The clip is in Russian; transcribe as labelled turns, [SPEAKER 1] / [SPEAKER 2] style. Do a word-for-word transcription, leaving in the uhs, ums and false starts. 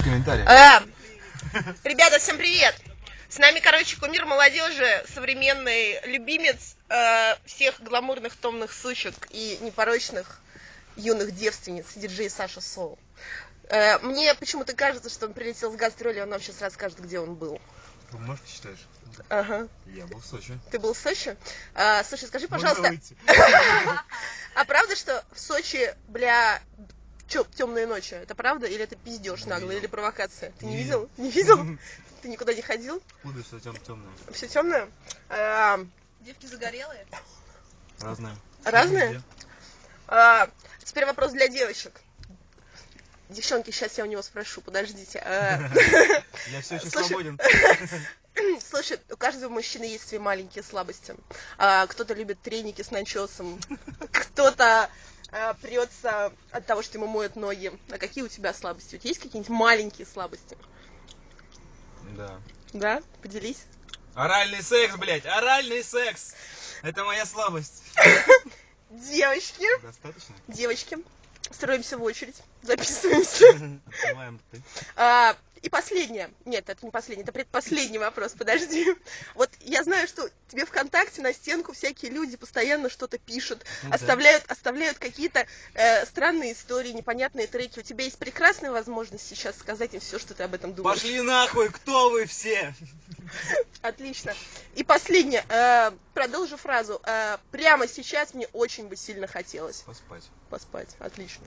[SPEAKER 1] комментариях.
[SPEAKER 2] А, ребята, всем привет! С нами, короче, кумир молодежи, современный любимец э, всех гламурных томных сучек и непорочных юных девственниц, диджей Саша Соул. Э, мне почему-то кажется, что он прилетел с гастроли, он нам сейчас расскажет, где он был.
[SPEAKER 1] Бумажку читаешь?
[SPEAKER 2] Ага.
[SPEAKER 1] Я был в Сочи.
[SPEAKER 2] Ты был в Сочи? А, слушай, скажи, пожалуйста, а правда, что в Сочи, бля, чё, темные ночи? Это правда? Или это пиздеж наглый, или провокация? Ты не видел? Не видел? Ты никуда не ходил?
[SPEAKER 1] В клубе все темное.
[SPEAKER 2] Все темное? А,
[SPEAKER 3] девки загорелые?
[SPEAKER 1] Разные.
[SPEAKER 2] Разные? А, теперь вопрос для девочек. Девчонки, сейчас я у него спрошу, подождите.
[SPEAKER 1] Я все еще свободен.
[SPEAKER 2] Слушай, у каждого мужчины есть свои маленькие слабости. А, кто-то любит треники с начесом, кто-то а, прется от того, что ему моют ноги. А какие у тебя слабости? У тебя есть какие-нибудь маленькие слабости?
[SPEAKER 1] Да.
[SPEAKER 2] Да? Поделись.
[SPEAKER 1] Оральный секс, блядь, оральный секс! Это моя слабость.
[SPEAKER 2] Девочки.
[SPEAKER 1] Достаточно?
[SPEAKER 2] Девочки. Строимся в очередь. Записываемся.
[SPEAKER 1] Открываем ты.
[SPEAKER 2] А, и последнее. Нет, это не последнее, это предпоследний вопрос, подожди. Вот я знаю, что тебе ВКонтакте на стенку всякие люди постоянно что-то пишут,
[SPEAKER 1] Ну,
[SPEAKER 2] оставляют, да. оставляют какие-то э, странные истории, непонятные треки. У тебя есть прекрасная возможность сейчас сказать им все, что ты об этом думаешь.
[SPEAKER 1] Пошли нахуй, кто вы все?
[SPEAKER 2] Отлично. И последнее. Э, продолжу фразу. Э, прямо сейчас мне очень бы сильно хотелось.
[SPEAKER 1] Поспать.
[SPEAKER 2] Поспать. Отлично.